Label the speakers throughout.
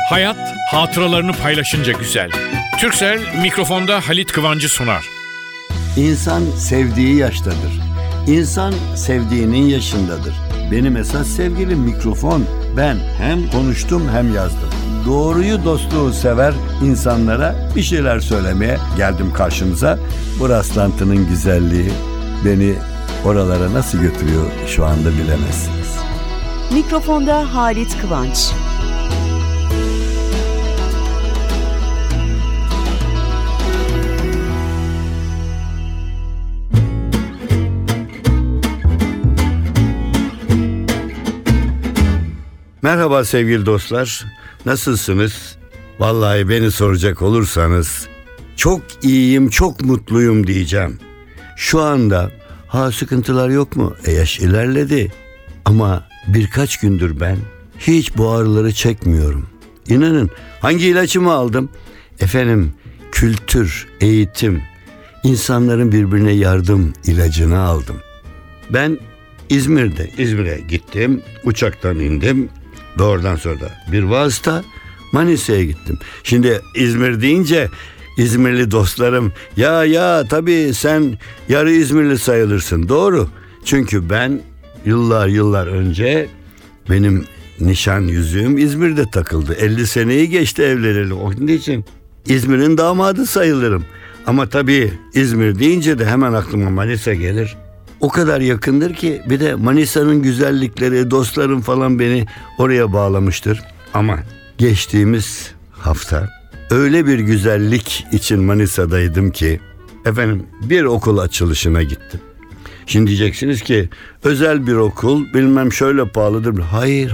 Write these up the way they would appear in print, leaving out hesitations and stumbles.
Speaker 1: Hayat hatıralarını paylaşınca güzel. Turkcell mikrofonda Halit Kıvancı sunar.
Speaker 2: İnsan sevdiği yaştadır. İnsan sevdiğinin yaşındadır. Benim esas sevgilim mikrofon. Ben hem konuştum hem yazdım. Doğruyu, dostluğu sever insanlara bir şeyler söylemeye geldim karşınıza. Bu rastlantının güzelliği beni oralara nasıl götürüyor şu anda bilemezsiniz.
Speaker 3: Mikrofonda Halit Kıvanç.
Speaker 2: Merhaba sevgili dostlar. Nasılsınız? Vallahi beni soracak olursanız çok iyiyim, çok mutluyum diyeceğim. Şu anda sıkıntılar yok mu? Yaş ilerledi. Ama birkaç gündür ben hiç bu ağrıları çekmiyorum. İnanın, hangi ilacımı aldım? Kültür, eğitim, insanların birbirine yardım ilacını aldım. Ben İzmir'e gittim, uçaktan indim. Doğrudan sonra da bir vasıta Manisa'ya gittim. Şimdi İzmir deyince İzmirli dostlarım ya tabii sen yarı İzmirli sayılırsın. Doğru. Çünkü ben yıllar önce benim nişan yüzüğüm İzmir'de takıldı. 50 seneyi geçti evleneli. Onun için İzmir'in damadı sayılırım. Ama tabii İzmir deyince de hemen aklıma Manisa gelir. O kadar yakındır ki, bir de Manisa'nın güzellikleri, dostlarım falan beni oraya bağlamıştır. Ama geçtiğimiz hafta öyle bir güzellik için Manisa'daydım ki bir okul açılışına gittim. Şimdi diyeceksiniz ki özel bir okul bilmem şöyle pahalıdır. Hayır.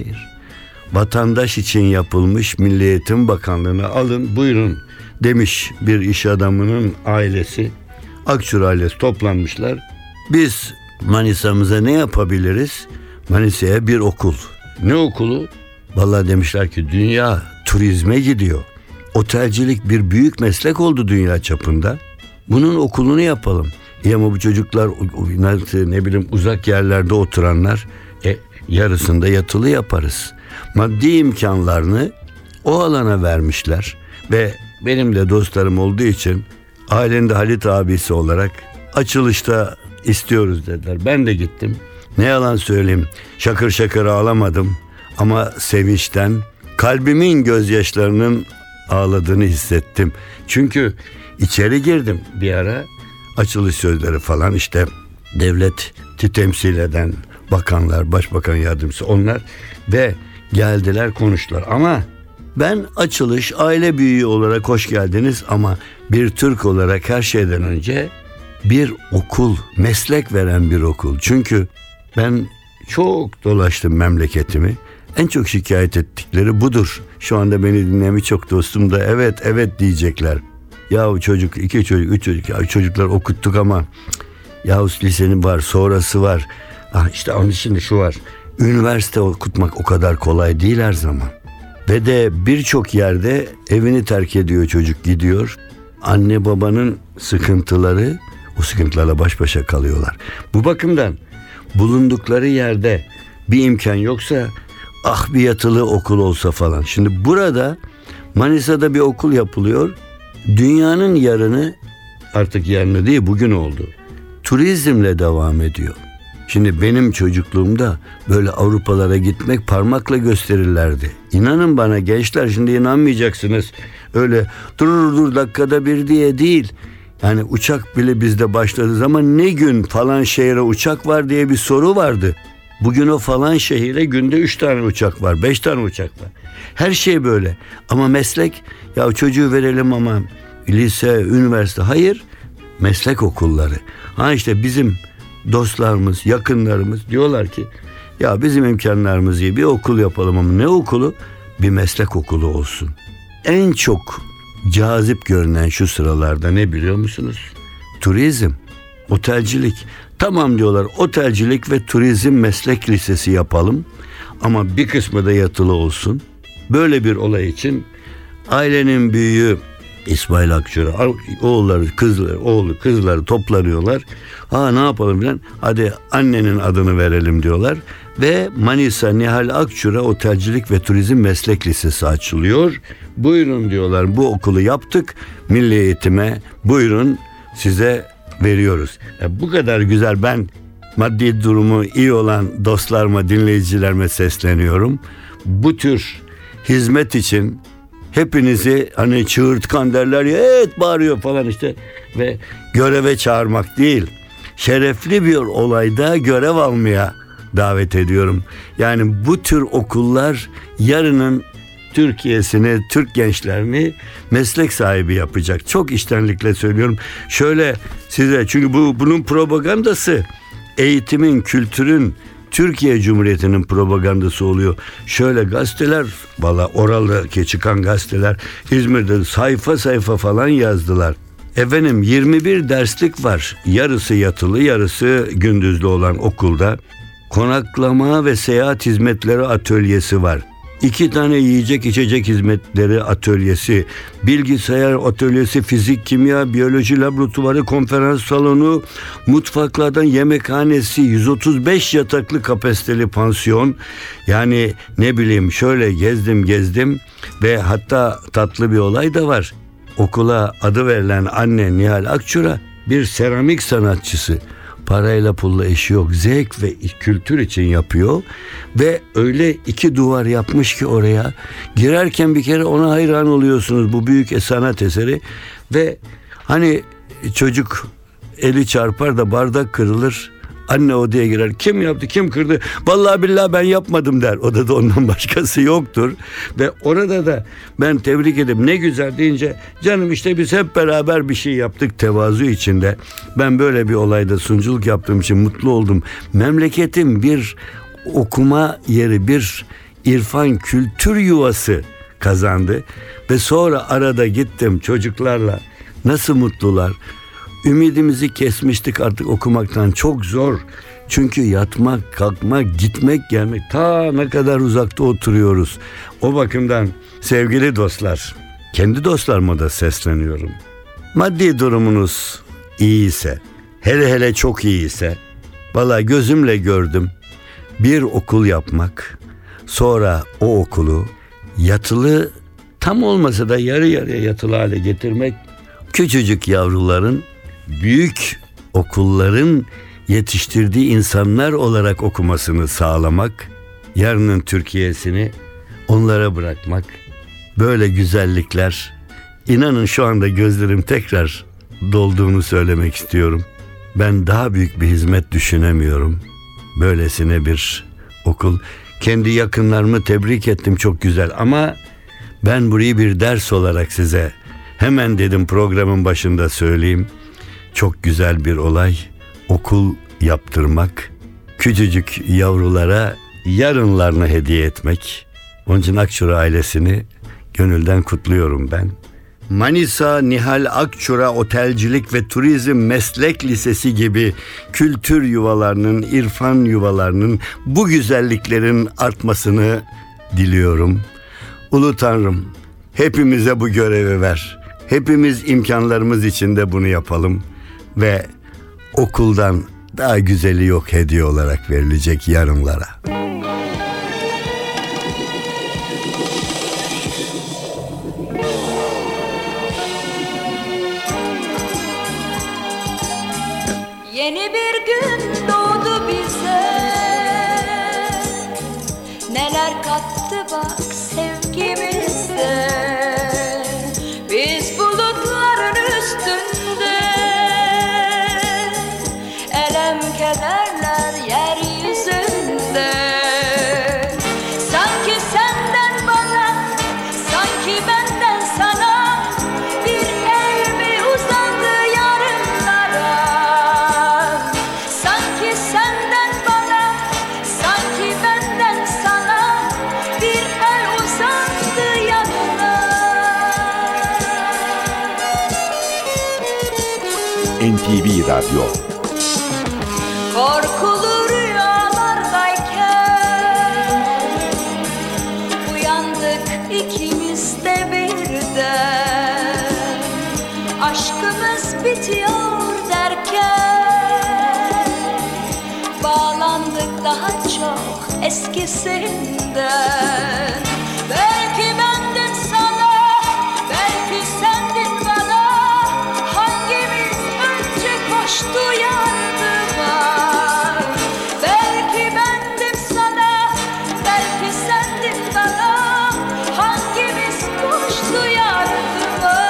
Speaker 2: Vatandaş için yapılmış, Milli Eğitim Bakanlığı'na alın buyurun demiş bir iş adamının ailesi. Akçur ailesi toplanmışlar. Biz Manisa'mıza ne yapabiliriz? Manisa'ya bir okul. Ne okulu? Vallahi demişler ki dünya turizme gidiyor. Otelcilik bir büyük meslek oldu dünya çapında. Bunun okulunu yapalım. Ama bu çocuklar uzak yerlerde oturanlar yarısında yatılı yaparız. Maddi imkanlarını o alana vermişler. Ve benim de dostlarım olduğu için ailenin de Halit abisi olarak açılışta istiyoruz dediler. Ben de gittim. Ne yalan söyleyeyim, şakır şakır ağlamadım ama sevinçten kalbimin gözyaşlarının ağladığını hissettim. Çünkü içeri girdim bir ara, açılış sözleri falan, işte devleti temsil eden bakanlar, başbakan yardımcısı onlar ve geldiler konuştular. Ama ben açılış aile büyüğü olarak hoş geldiniz ama bir Türk olarak her şeyden önce bir okul, meslek veren bir okul. Çünkü ben çok dolaştım memleketimi. En çok şikayet ettikleri budur. Şu anda beni dinleyen birçok dostum da evet diyecekler. Yahu çocuk, 2 çocuk, 3 çocuk, ya çocuklar okuttuk ama yahu lisenin var, sonrası var. İşte onun için şu var. Üniversite okutmak o kadar kolay değil her zaman. Ve de birçok yerde evini terk ediyor çocuk, gidiyor. Anne babanın sıkıntıları, o sıkıntılarla baş başa kalıyorlar. Bu bakımdan bulundukları yerde bir imkan yoksa bir yatılı okul olsa falan. Şimdi burada Manisa'da bir okul yapılıyor. Dünyanın yarını, artık yarını değil bugün oldu, turizmle devam ediyor. Şimdi benim çocukluğumda böyle Avrupalara gitmek parmakla gösterirlerdi. İnanın bana gençler, şimdi inanmayacaksınız. Öyle dur dakikada bir diye değil. Yani uçak bile bizde başladığı zaman ne gün falan şehre uçak var diye bir soru vardı. Bugün o falan şehire günde 3 tane uçak var, 5 tane uçak var. Her şey böyle. Ama meslek, ya çocuğu verelim ama lise, üniversite, hayır, meslek okulları. İşte bizim dostlarımız, yakınlarımız diyorlar ki ya bizim imkanlarımız iyi, bir okul yapalım ama ne okulu? Bir meslek okulu olsun. En çok cazip görünen şu sıralarda ne biliyor musunuz? Turizm, otelcilik. Tamam diyorlar, otelcilik ve turizm meslek lisesi yapalım ama bir kısmı da yatılı olsun. Böyle bir olay için ailenin büyüğü İsmail Akçura oğlu kızları toplanıyorlar. Ne yapalım filan. Hadi annenin adını verelim diyorlar. Ve Manisa Nihal Akçura Otelcilik ve Turizm Meslek Lisesi açılıyor. Buyurun diyorlar, bu okulu yaptık. Milli Eğitim'e buyurun size veriyoruz. Bu kadar güzel. Ben maddi durumu iyi olan dostlarıma, dinleyicilerime sesleniyorum. Bu tür hizmet için hepinizi, hani çığırtkan derler ya, evet bağırıyor falan işte, ve göreve çağırmak değil, şerefli bir olayda görev almaya davet ediyorum. Yani bu tür okullar yarının Türkiye'sini, Türk gençlerini meslek sahibi yapacak. Çok içtenlikle söylüyorum. Şöyle size, çünkü bunun propagandası eğitimin, kültürün, Türkiye Cumhuriyeti'nin propagandası oluyor. Şöyle gazeteler, valla oradaki çıkan gazeteler İzmir'de sayfa sayfa falan yazdılar. Efendim 21 derslik var. Yarısı yatılı, yarısı gündüzlü olan okulda. Konaklama ve seyahat hizmetleri atölyesi var. 2 tane yiyecek içecek hizmetleri atölyesi, bilgisayar atölyesi, fizik, kimya, biyoloji laboratuvarı, konferans salonu, mutfaklardan yemekhanesi, 135 yataklı kapasiteli pansiyon. Yani ne bileyim, şöyle gezdim ve hatta tatlı bir olay da var. Okula adı verilen anne Nihal Akçura bir seramik sanatçısı. Parayla pulla işi yok. Zevk ve kültür için yapıyor. Ve öyle 2 duvar yapmış ki oraya. Girerken bir kere ona hayran oluyorsunuz. Bu büyük sanat eseri. Ve hani çocuk eli çarpar da bardak kırılır. Anne odaya girer. Kim yaptı, kim kırdı? Vallahi billahi ben yapmadım der. Odada ondan başkası yoktur. Ve orada da ben tebrik ederim. Ne güzel deyince, canım işte biz hep beraber bir şey yaptık tevazu içinde. Ben böyle bir olayda sunuculuk yaptığım için mutlu oldum. Memleketim bir okuma yeri, bir irfan kültür yuvası kazandı. Ve sonra arada gittim çocuklarla. Nasıl mutlular. Ümidimizi kesmiştik artık okumaktan, çok zor. Çünkü yatmak, kalkmak, gitmek, gelmek, ta ne kadar uzakta oturuyoruz. O bakımdan sevgili dostlar, kendi dostlarıma da sesleniyorum. Maddi durumunuz iyiyse, hele çok iyiyse, vallahi gözümle gördüm, bir okul yapmak, sonra o okulu yatılı, tam olmasa da yarı yarıya yatılı hale getirmek, küçücük yavruların büyük okulların yetiştirdiği insanlar olarak okumasını sağlamak, yarının Türkiye'sini onlara bırakmak, böyle güzellikler, inanın şu anda gözlerim tekrar dolduğunu söylemek istiyorum. Ben daha büyük bir hizmet düşünemiyorum. Böylesine bir okul. Kendi yakınlarımı tebrik ettim, çok güzel, ama ben burayı bir ders olarak size hemen dedim, programın başında söyleyeyim. Çok güzel bir olay, okul yaptırmak, küçücük yavrulara yarınlarını hediye etmek. Onun için Akçura ailesini gönülden kutluyorum ben. Manisa Nihal Akçura Otelcilik ve Turizm Meslek Lisesi gibi kültür yuvalarının, irfan yuvalarının, bu güzelliklerin artmasını diliyorum. Ulu Tanrım, hepimize bu görevi ver. Hepimiz imkanlarımız içinde bunu yapalım. Ve okuldan daha güzeli yok hediye olarak verilecek yarınlara.
Speaker 4: Yeni bir gün doğdu bize, neler kattı bak sevgimize. Biz bulutların üstünde, elem kederler yeryüzünde. Sanki senden bana, sanki benden sana, bir el mi uzandı yarınlara? Sanki senden bana, sanki benden sana, bir el uzandı yanına.
Speaker 5: NTV Radyo.
Speaker 4: Korkulu rüyalardayken uyandık ikimiz de birden. eskisinden. Belki bendim sana, belki sendin bana. Hangimiz önce koştu yardıma? Belki bendim sana, belki sendin bana. Hangimiz koştu yardıma?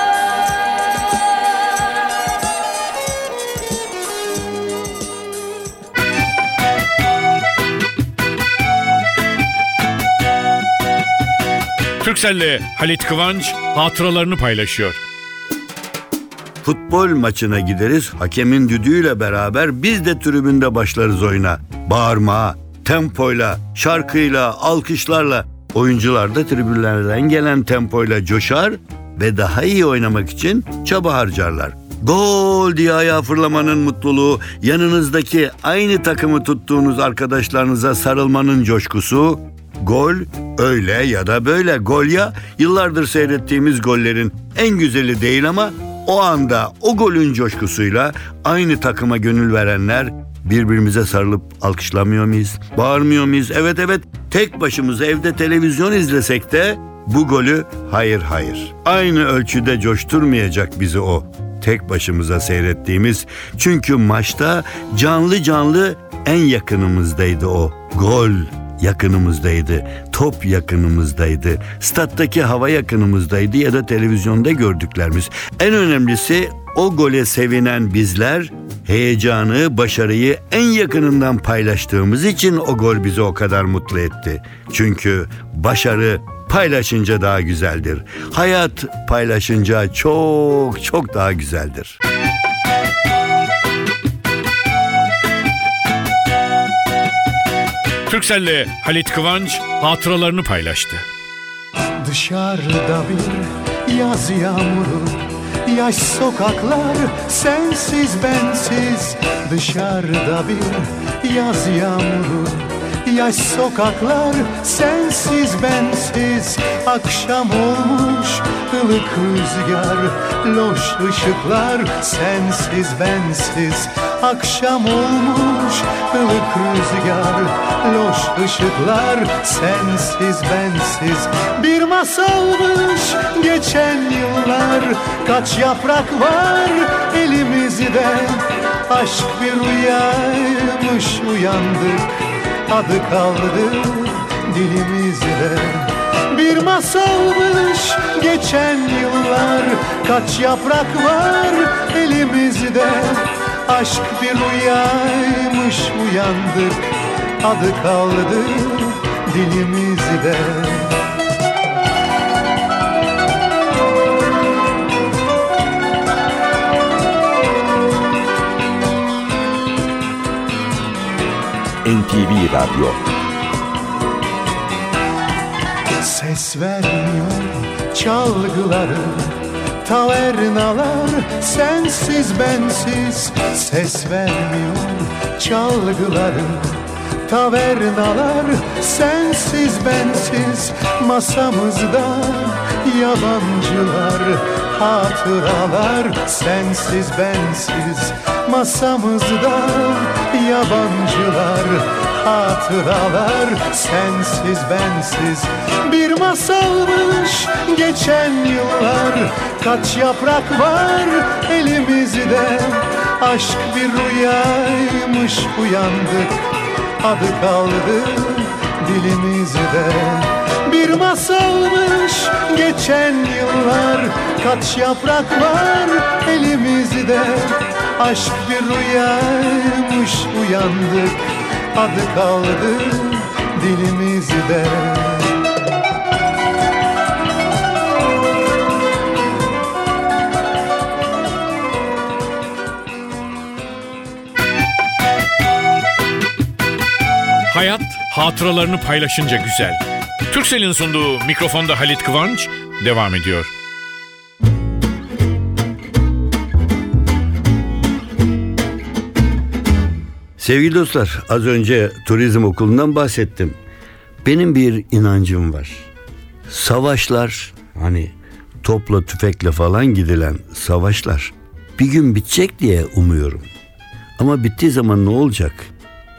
Speaker 1: Turkcell'le Halit Kıvanç hatıralarını paylaşıyor.
Speaker 2: Futbol maçına gideriz, hakemin düdüğüyle beraber biz de tribünde başlarız oyuna. Bağırma, tempoyla, şarkıyla, alkışlarla. Oyuncular da tribünlerden gelen tempoyla coşar ve daha iyi oynamak için çaba harcarlar. Gol diye ayağa fırlamanın mutluluğu, yanınızdaki aynı takımı tuttuğunuz arkadaşlarınıza sarılmanın coşkusu, gol öyle ya da böyle. Gol ya yıllardır seyrettiğimiz gollerin en güzeli değil ama o anda o golün coşkusuyla aynı takıma gönül verenler birbirimize sarılıp alkışlamıyor muyuz? Bağırmıyor muyuz? Evet, tek başımıza evde televizyon izlesek de bu golü hayır. Aynı ölçüde coşturmayacak bizi o tek başımıza seyrettiğimiz. Çünkü maçta canlı en yakınımızdaydı o. Gol yakınımızdaydı, top yakınımızdaydı, stat'taki hava yakınımızdaydı ya da televizyonda gördüklerimiz. En önemlisi o gole sevinen bizler, heyecanı, başarıyı en yakınından paylaştığımız için o gol bizi o kadar mutlu etti. Çünkü başarı paylaşınca daha güzeldir. Hayat paylaşınca çok daha güzeldir.
Speaker 1: Turkcell'le Halit Kıvanç hatıralarını paylaştı.
Speaker 6: Dışarıda bir yaz yağmuru, yaş sokaklar sensiz bensiz. Dışarıda bir yaz yağmuru, yaş sokaklar sensiz bensiz. Akşam olmuş ılık rüzgar, loş ışıklar sensiz bensiz. Akşam olmuş ılık rüzgar, loş ışıklar sensiz bensiz. Bir masalmış geçen yıllar, kaç yaprak var elimizde. Aşk bir rüyaymış, uyandık, adı kaldı dilimizde. Bir masalmış geçen yıllar, kaç yaprak var elimizde. Aşk bir rüyaymış, uyandık, adı kaldı dilimizde.
Speaker 5: NTV Radyo.
Speaker 6: Ses vermiyor çalgıları, tavernalar sensiz bensiz. Ses vermiyor çalgıları, tavernalar sensiz bensiz. Masamızda yabancılar, hatıralar sensiz bensiz. Masamızda yabancılar, hatıralar sensiz bensiz. Bir masalmış geçen yıllar, kaç yaprak var elimizde. Aşk bir rüyaymış, uyandık, adı kaldı dilimizde. Bir masalmış geçen yıllar, kaç yaprak var elimizde. Aşk bir rüyaymış, uyandık, adı kaldı dilimizde.
Speaker 1: Hayat hatıralarını paylaşınca güzel. Turkcell'in sunduğu Mikrofonda Halit Kıvanç devam ediyor.
Speaker 2: Sevgili dostlar, az önce turizm okulundan bahsettim. Benim bir inancım var. Savaşlar, hani topla tüfekle falan gidilen savaşlar bir gün bitecek diye umuyorum. Ama bittiği zaman ne olacak?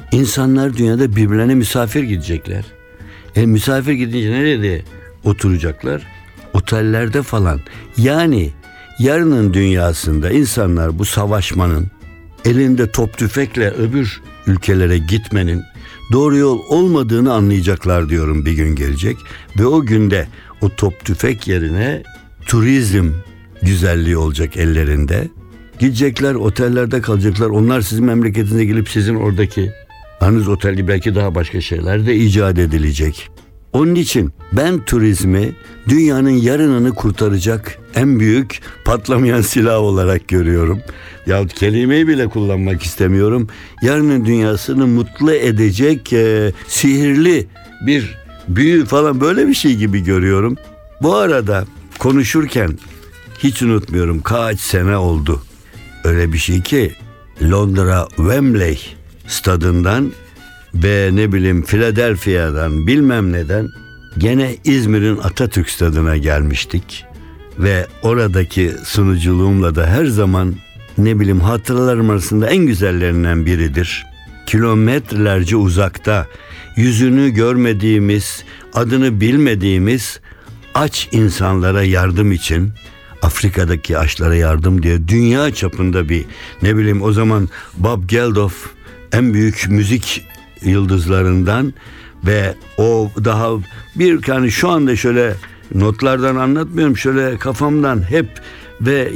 Speaker 2: İnsanlar dünyada birbirlerine misafir gidecekler. Misafir gidince nerede oturacaklar? Otellerde falan. Yani yarının dünyasında insanlar bu savaşmanın, elinde top tüfekle öbür ülkelere gitmenin doğru yol olmadığını anlayacaklar diyorum, bir gün gelecek. Ve o günde o top tüfek yerine turizm güzelliği olacak ellerinde. Gidecekler, otellerde kalacaklar. Onlar sizin memleketinize gelip sizin oradaki anız oteli, belki daha başka şeyler de icat edilecek. Onun için ben turizmi dünyanın yarınını kurtaracak en büyük patlamayan silah olarak görüyorum. Yahut kelimeyi bile kullanmak istemiyorum. Yarının dünyasını mutlu edecek sihirli bir büyü falan, böyle bir şey gibi görüyorum. Bu arada konuşurken hiç unutmuyorum, kaç sene oldu. Öyle bir şey ki Londra Wembley stadından ve Philadelphia'dan bilmem neden gene İzmir'in Atatürk stadına gelmiştik. Ve oradaki sunuculuğumla da her zaman hatıralarım arasında en güzellerinden biridir. Kilometrelerce uzakta yüzünü görmediğimiz, adını bilmediğimiz aç insanlara yardım için, Afrika'daki açlara yardım diye dünya çapında bir o zaman Bob Geldof en büyük müzik yıldızlarından ve o daha bir şu anda şöyle notlardan anlatmıyorum, şöyle kafamdan hep ve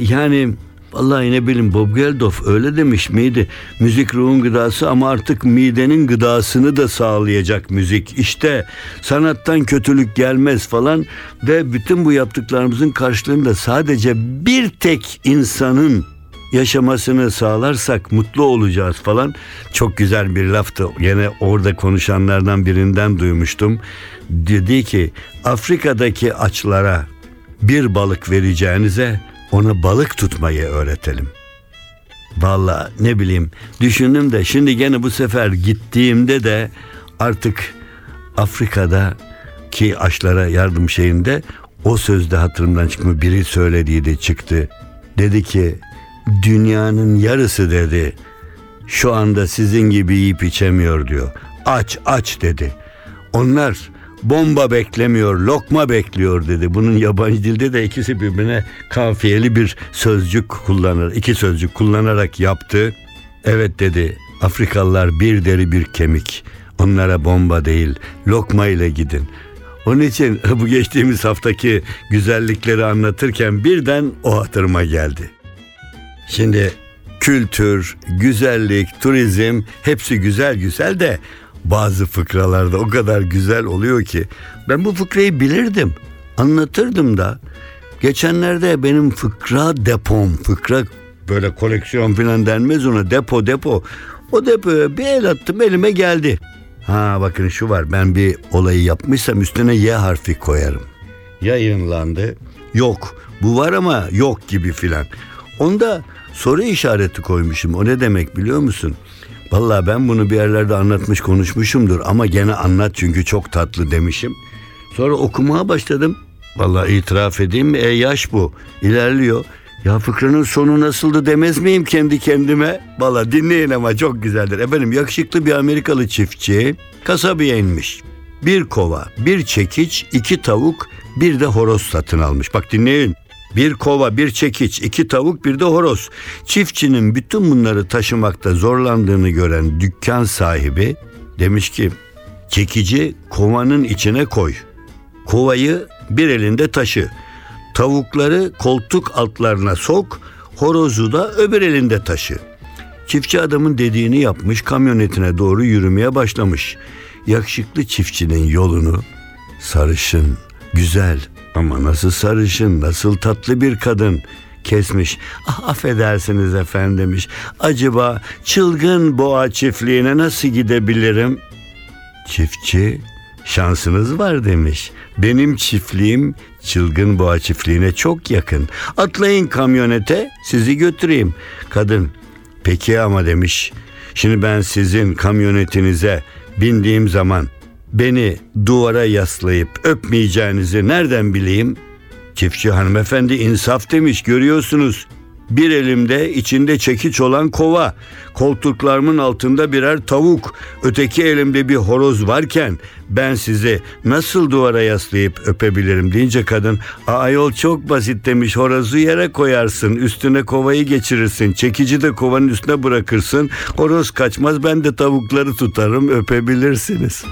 Speaker 2: vallahi Bob Geldof öyle demiş miydi? Müzik ruhun gıdası ama artık midenin gıdasını da sağlayacak müzik. İşte sanattan kötülük gelmez falan ve bütün bu yaptıklarımızın karşılığında sadece bir tek insanın yaşamasını sağlarsak mutlu olacağız falan. Çok güzel bir laftı. Yine orada konuşanlardan birinden duymuştum. Dedi ki Afrika'daki açlara bir balık vereceğinize ona balık tutmayı öğretelim. Vallahi düşündüm de şimdi gene bu sefer gittiğimde de artık Afrika'daki açlara yardım şeyinde o sözde hatırımdan çıkma, biri söylediği de çıktı. Dedi ki dünyanın yarısı dedi şu anda sizin gibi yiyip içemiyor diyor. Aç dedi. Onlar bomba beklemiyor, lokma bekliyor dedi. Bunun yabancı dilde de ikisi birbirine kafiyeli bir sözcük iki sözcük kullanarak yaptı. Evet dedi, Afrikalılar bir deri bir kemik. Onlara bomba değil, lokma ile gidin. Onun için bu geçtiğimiz haftaki güzellikleri anlatırken birden o hatırıma geldi. Şimdi kültür, güzellik, turizm hepsi güzel de bazı fıkralarda o kadar güzel oluyor ki ben bu fıkrayı bilirdim, anlatırdım da. Geçenlerde benim fıkra böyle koleksiyon falan denmez ona, depo. O depoya bir el attım, elime geldi. Bakın şu var, ben bir olayı yapmışsam üstüne Y harfi koyarım. Yayınlandı. Yok, bu var ama yok gibi filan. Onda soru işareti koymuşum. O ne demek biliyor musun? Vallahi ben bunu bir yerlerde anlatmış konuşmuşumdur ama gene anlat çünkü çok tatlı demişim. Sonra okumaya başladım. Vallahi itiraf edeyim mi? Yaş bu. İlerliyor. Ya fıkranın sonu nasıldı demez miyim kendi kendime? Vallahi dinleyin ama çok güzeldir. Efendim, yakışıklı bir Amerikalı çiftçi kasabaya inmiş. Bir kova, bir çekiç, 2 tavuk, bir de horoz satın almış. Bak dinleyin. Bir kova, bir çekiç, 2 tavuk, bir de horoz. Çiftçinin bütün bunları taşımakta zorlandığını gören dükkan sahibi demiş ki çekici kovanın içine koy. Kovayı bir elinde taşı. Tavukları koltuk altlarına sok. Horozu da öbür elinde taşı. Çiftçi adamın dediğini yapmış, kamyonetine doğru yürümeye başlamış. Yakışıklı çiftçinin yolunu sarışın, güzel ama nasıl sarışın, nasıl tatlı bir kadın kesmiş. Affedersiniz efendim demiş. Acaba çılgın boğa çiftliğine nasıl gidebilirim? Çiftçi şansınız var demiş. Benim çiftliğim çılgın boğa çiftliğine çok yakın. Atlayın kamyonete, sizi götüreyim. Kadın peki ama demiş. Şimdi ben sizin kamyonetinize bindiğim zaman beni duvara yaslayıp öpmeyeceğinizi nereden bileyim? Çiftçi hanımefendi insaf demiş, görüyorsunuz. Bir elimde içinde çekiç olan kova, koltuklarımın altında birer tavuk, öteki elimde bir horoz varken ben sizi nasıl duvara yaslayıp öpebilirim deyince kadın, ayol çok basit demiş, horozu yere koyarsın, üstüne kovayı geçirirsin, çekici de kovanın üstüne bırakırsın, horoz kaçmaz, ben de tavukları tutarım, öpebilirsiniz.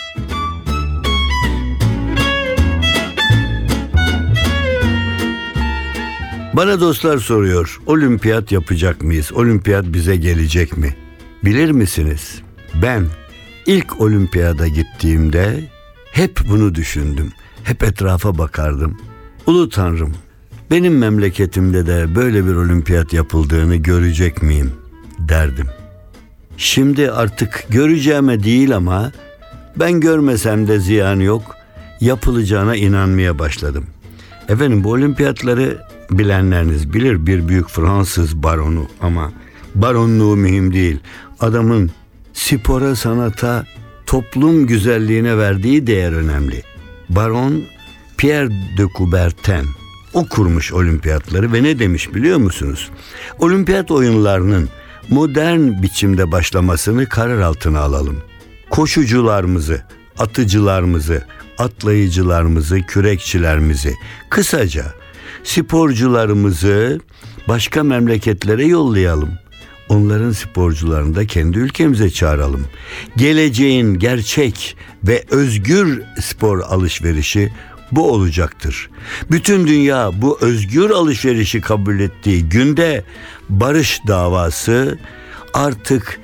Speaker 2: Bana dostlar soruyor, olimpiyat yapacak mıyız? Olimpiyat bize gelecek mi? Bilir misiniz? Ben ilk olimpiyada gittiğimde hep bunu düşündüm. Hep etrafa bakardım. Ulu Tanrım, benim memleketimde de böyle bir olimpiyat yapıldığını görecek miyim derdim. Şimdi artık göreceğime değil ama ben görmesem de ziyan yok. Yapılacağına inanmaya başladım. Efendim, bu olimpiyatları bilenleriniz bilir, bir büyük Fransız baronu, ama baronluğu mühim değil. Adamın spora, sanata, toplum güzelliğine verdiği değer önemli. Baron Pierre de Coubertin, o kurmuş olimpiyatları ve ne demiş biliyor musunuz? Olimpiyat oyunlarının modern biçimde başlamasını karar altına alalım. Koşucularımızı, atıcılarımızı, atlayıcılarımızı, kürekçilerimizi, kısaca sporcularımızı başka memleketlere yollayalım. Onların sporcularını da kendi ülkemize çağıralım. Geleceğin gerçek ve özgür spor alışverişi bu olacaktır. Bütün dünya bu özgür alışverişi kabul ettiği günde barış davası artık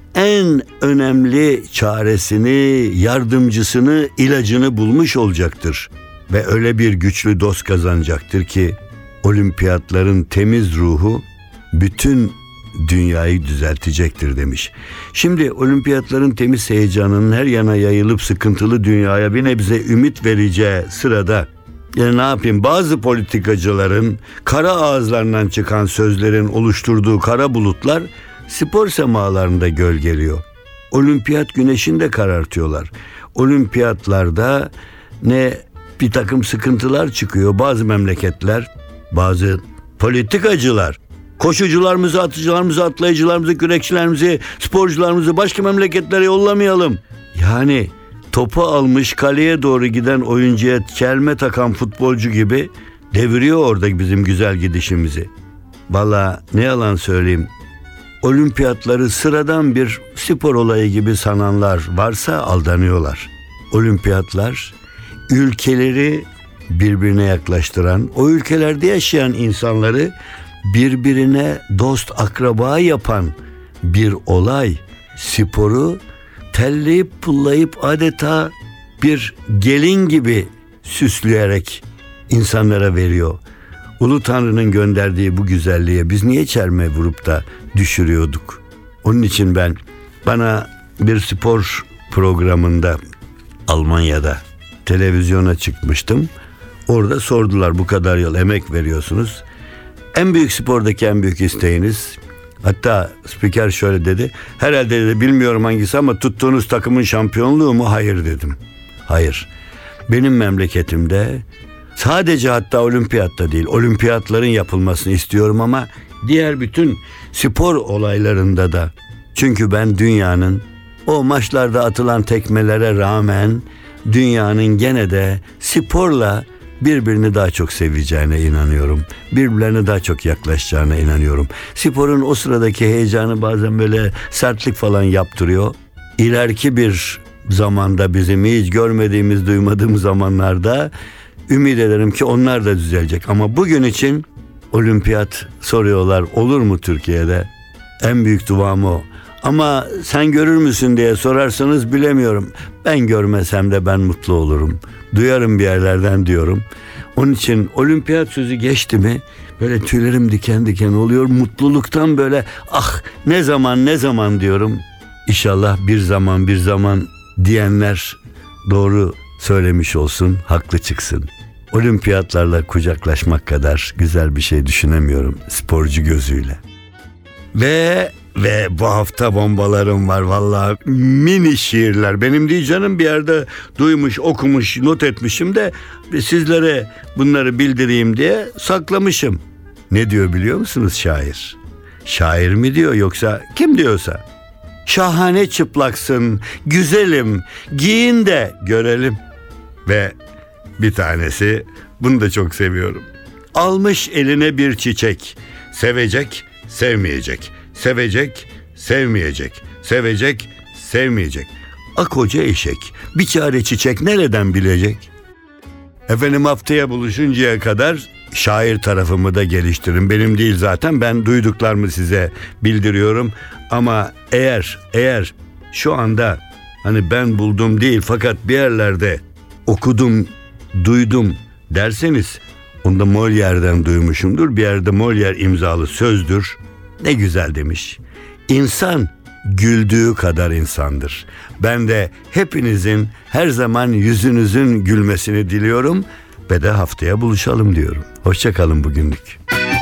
Speaker 2: en önemli çaresini, yardımcısını, ilacını bulmuş olacaktır. Ve öyle bir güçlü dost kazanacaktır ki olimpiyatların temiz ruhu bütün dünyayı düzeltecektir demiş. Şimdi olimpiyatların temiz heyecanının her yana yayılıp sıkıntılı dünyaya bir nebze ümit vereceği sırada, yani ne yapayım, bazı politikacıların kara ağızlarından çıkan sözlerin oluşturduğu kara bulutlar spor semalarında gölgeliyor. Olimpiyat güneşini de karartıyorlar. Olimpiyatlarda ne bir takım sıkıntılar çıkıyor. Bazı memleketler, bazı politikacılar koşucularımızı, atıcılarımızı, atlayıcılarımızı, kürekçilerimizi, sporcularımızı başka memleketlere yollamayalım. Yani topu almış kaleye doğru giden oyuncuya çelme takan futbolcu gibi deviriyor orada bizim güzel gidişimizi. Vallahi ne yalan söyleyeyim, olimpiyatları sıradan bir spor olayı gibi sananlar varsa aldanıyorlar. Olimpiyatlar ülkeleri birbirine yaklaştıran, o ülkelerde yaşayan insanları birbirine dost, akraba yapan bir olay. Sporu telleyip pullayıp adeta bir gelin gibi süsleyerek insanlara veriyor. Ulu Tanrı'nın gönderdiği bu güzelliğe biz niye çelme vurup da düşürüyorduk? Onun için bana bir spor programında Almanya'da televizyona çıkmıştım. Orada sordular, bu kadar yıl emek veriyorsunuz, en büyük spordaki en büyük isteğiniz? Hatta spiker şöyle dedi, herhalde dedi, bilmiyorum hangisi ama tuttuğunuz takımın şampiyonluğu mu? Hayır dedim. Hayır. Benim memleketimde sadece, hatta olimpiyatta değil, olimpiyatların yapılmasını istiyorum ama diğer bütün spor olaylarında da. Çünkü ben dünyanın o maçlarda atılan tekmelere rağmen dünyanın gene de sporla birbirini daha çok seveceğine inanıyorum. Birbirlerine daha çok yaklaşacağına inanıyorum. Sporun o sıradaki heyecanı bazen böyle sertlik falan yaptırıyor. İleriki bir zamanda, bizim hiç görmediğimiz, duymadığımız zamanlarda ümit ederim ki onlar da düzelecek. Ama bugün için olimpiyat soruyorlar, olur mu Türkiye'de? En büyük duam o. Ama sen görür müsün diye sorarsanız bilemiyorum. Ben görmesem de ben mutlu olurum. Duyarım bir yerlerden diyorum. Onun için olimpiyat sözü geçti mi böyle tüylerim diken diken oluyor. Mutluluktan böyle ne zaman diyorum. İnşallah bir zaman diyenler doğru söylemiş olsun, haklı çıksın. Olimpiyatlarla kucaklaşmak kadar güzel bir şey düşünemiyorum sporcu gözüyle. Ve bu hafta bombalarım var vallahi, mini şiirler. Benim değil canım, bir yerde duymuş, okumuş, not etmişim de sizlere bunları bildireyim diye saklamışım. Ne diyor biliyor musunuz şair? Şair mi diyor yoksa kim diyorsa? Şahane çıplaksın, güzelim, giyin de görelim. Ve bir tanesi, bunu da çok seviyorum. Almış eline bir çiçek, sevecek, sevmeyecek, sevecek, sevmeyecek, sevecek, sevmeyecek. Koca eşek, bir çare çiçek nereden bilecek? Efendim, haftaya buluşuncaya kadar şair tarafımı da geliştirin. Benim değil zaten, ben duyduklarımı size bildiriyorum. Ama eğer şu anda hani ben buldum değil fakat bir yerlerde okudum, duydum derseniz, onu da Molière'den duymuşumdur. Bir yerde Molière imzalı sözdür. Ne güzel demiş. İnsan güldüğü kadar insandır. Ben de hepinizin her zaman yüzünüzün gülmesini diliyorum ve de haftaya buluşalım diyorum. Hoşça kalın bugünlük.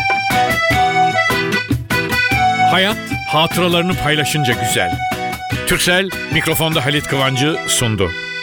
Speaker 1: Hayat hatıralarını paylaşınca güzel. Türksel mikrofonda Halit Kıvancı sundu.